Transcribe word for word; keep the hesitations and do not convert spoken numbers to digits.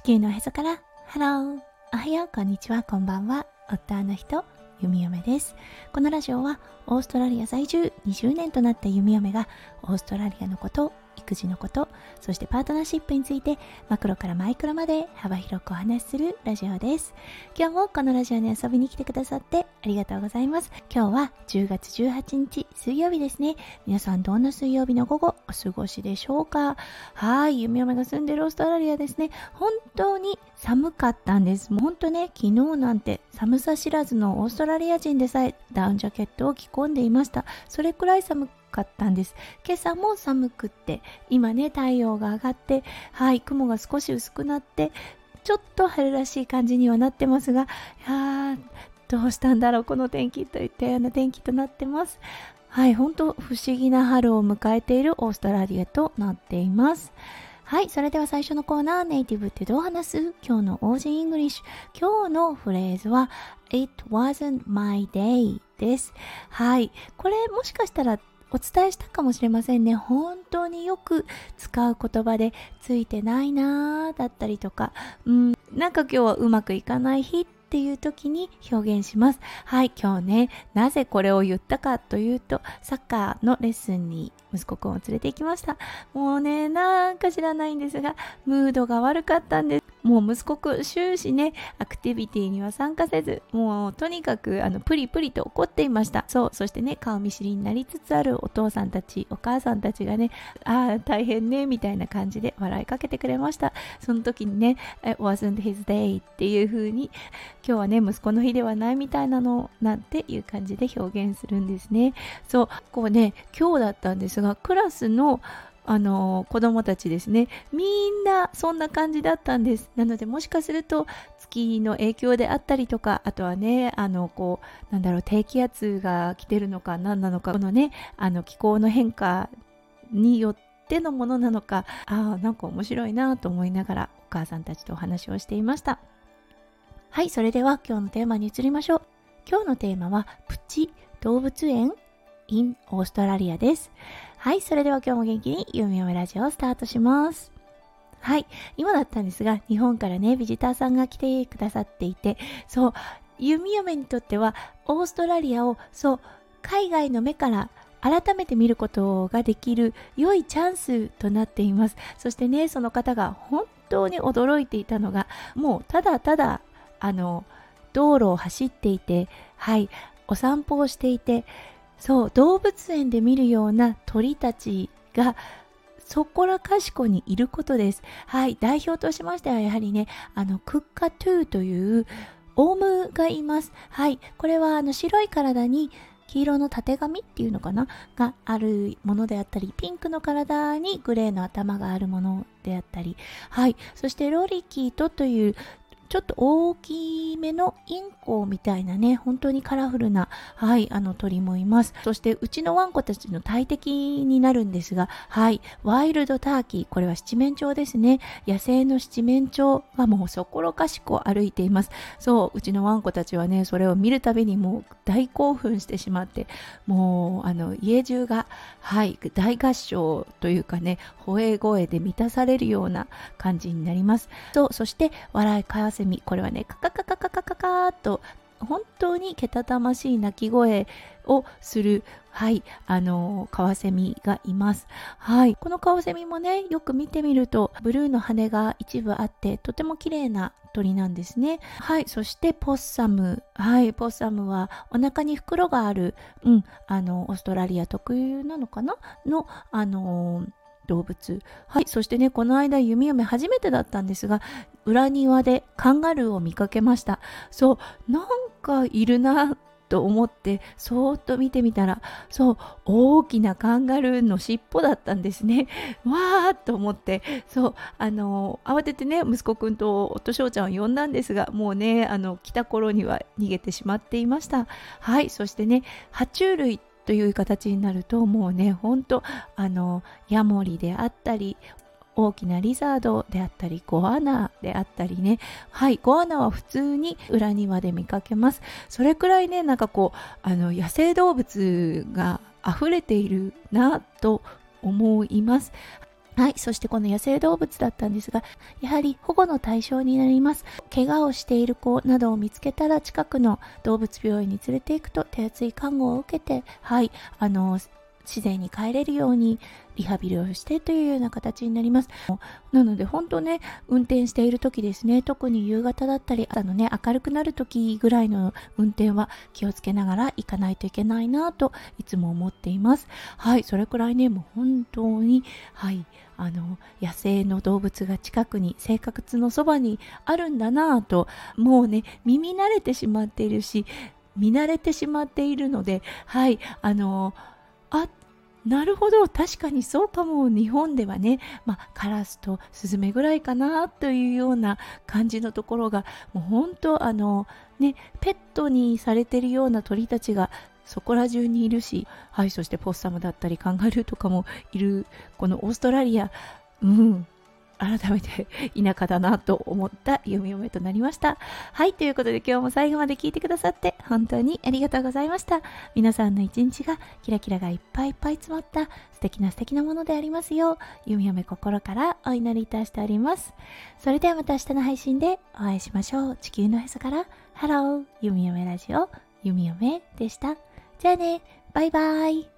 球のへそからハロー、おはよう、こんにちは、こんばんは。夫の人、弓嫁です。このラジオはオーストラリア在住にじゅうねんとなった弓嫁がオーストラリアのこと、育児のこと、そしてパートナーシップについてマクロからマイクロまで幅広くお話しするラジオです。今日もこのラジオに遊びに来てくださってありがとうございます。今日はじゅうがつじゅうはちにち水曜日ですね。皆さんどんな水曜日の午後お過ごしでしょうか。はい、弓嫁が住んでるオーストラリアですね。本当に寒かったんです。もう本当ね、昨日なんて寒さ知らずのオーストラリア人でさえダウンジャケットを着込んでいました。それくらい寒かったんです。今朝も寒くって、今ね太陽が上がって、はい、雲が少し薄くなってちょっと春らしい感じにはなってますが、いやーどうしたんだろうこの天気といったような天気となってます。はい、本当不思議な春を迎えているオーストラリアとなっています。はい、それでは最初のコーナー、ネイティブってどう話す？今日の オージー イングリッシュ。今日のフレーズは It wasn't my day です。はい、これもしかしたらお伝えしたかもしれませんね。本当によく使う言葉で、ついてないなーだったりとか、うん、なんか今日はうまくいかない日っていう時に表現します。はい、今日ね、なぜこれを言ったかというと、サッカーのレッスンに息子くんを連れて行きました。もうね、なんか知らないんですが、ムードが悪かったんです。もう息子くん終始ね、アクティビティには参加せず、もうとにかくあのプリプリと怒っていました。そう、そしてね、顔見知りになりつつあるお父さんたち、お母さんたちがね、ああ大変ねみたいな感じで笑いかけてくれました。その時にね、It wasn't his day っていう風に、今日はね息子の日ではないみたいなのなんていう感じで表現するんですね。そう、こうね、今日だったんですが、クラスのあの子供たちですね、みんなそんな感じだったんです。なのでもしかすると月の影響であったりとか、あとはね、あのこうなんだろう、低気圧が来てるのか何なのか、このね、あの気候の変化によってのものなのか、ああなんか面白いなと思いながらお母さんたちとお話をしていました。はい、それでは今日のテーマに移りましょう。今日のテーマはプチ動物園 in オーストラリアです。はい、それでは今日も元気にゆみよめラジオをスタートします。はい、今だったんですが、日本からねビジターさんが来てくださっていて、そう、ゆみよめにとってはオーストラリアをそう海外の目から改めて見ることができる良いチャンスとなっています。そしてね、その方が本当に驚いていたのが、もうただただあの道路を走っていて、はい、お散歩をしていて、そう、動物園で見るような鳥たちがそこらかしこにいることです。はい、代表としましてはやはりね、あのクッカトゥーというオウムがいます。はい、これはあの白い体に黄色のたてがみっていうのかながあるものであったり、ピンクの体にグレーの頭があるものであったり、はい、そしてロリキートというちょっと大きめのインコみたいなね、本当にカラフルな、はい、あの鳥もいます。そしてうちのワンコたちの大敵になるんですが、はい、ワイルドターキー、これは七面鳥ですね。野生の七面鳥がもうそころかしこ歩いています。そう、うちのワンコたちはね、それを見るたびにもう大興奮してしまって、もうあの家中が、はい、大合唱というかね、吠え声で満たされるような感じになります。そう、そして笑いかわせみ、これはね、カカカカカカカカーと本当にけたたましい鳴き声をする、はい、あのカワセミがいます。はい、このカワセミもね、よく見てみるとブルーの羽が一部あってとても綺麗な鳥なんですね。はい、そしてポッサム、はい、ポッサムはお腹に袋がある、うん、あのオーストラリア特有なのかなのあの動物。はい、そしてね、この間弓嫁初めてだったんですが、裏庭でカンガルーを見かけました。そう、なんかいるなと思ってそーっと見てみたら、そう大きなカンガルーの尻尾だったんですね。わーっと思って、そうあの慌ててね息子くんと夫翔ちゃんを呼んだんですが、もうねあの来た頃には逃げてしまっていました。はい、そしてね、爬虫類という形になると、もうねほんとあのヤモリであったり、大きなリザードであったり、ゴアナであったりね、はい、ゴアナは普通に裏庭で見かけます。それくらいね、なんかこうあの野生動物が溢れているなと思います。 はい、そしてこの野生動物だったんですが、やはり保護の対象になります。怪我をしている子などを見つけたら、近くの動物病院に連れて行くと手厚い看護を受けて、はい、あの、自然に帰れるようにリハビリをしてというような形になります。なので本当ね、運転している時ですね、特に夕方だったり、あのね、明るくなる時ぐらいの運転は気をつけながら行かないといけないなといつも思っています。はい、それくらいね、もう本当に、はい、あの野生の動物が近くに、生活のそばにあるんだなぁと、もうね、耳慣れてしまっているし、見慣れてしまっているので、はい、あのあ、なるほど、確かにそうかも。日本ではね、まあ、カラスとスズメぐらいかなというような感じのところが、もう本当あのね、ペットにされているような鳥たちがそこら中にいるし、はい、そしてポッサムだったりカンガルーとかもいるこのオーストラリア、うん、改めて田舎だなと思った読み嫁となりました。はい、ということで今日も最後まで聞いてくださって本当にありがとうございました。皆さんの一日がキラキラがいっぱいいっぱい詰まった素敵な素敵なものでありますよう、弓嫁心からお祈りいたしております。それではまた明日の配信でお会いしましょう。地球のへそからハロー、弓嫁ラジオ、弓嫁でした。じゃあね、バイバイ。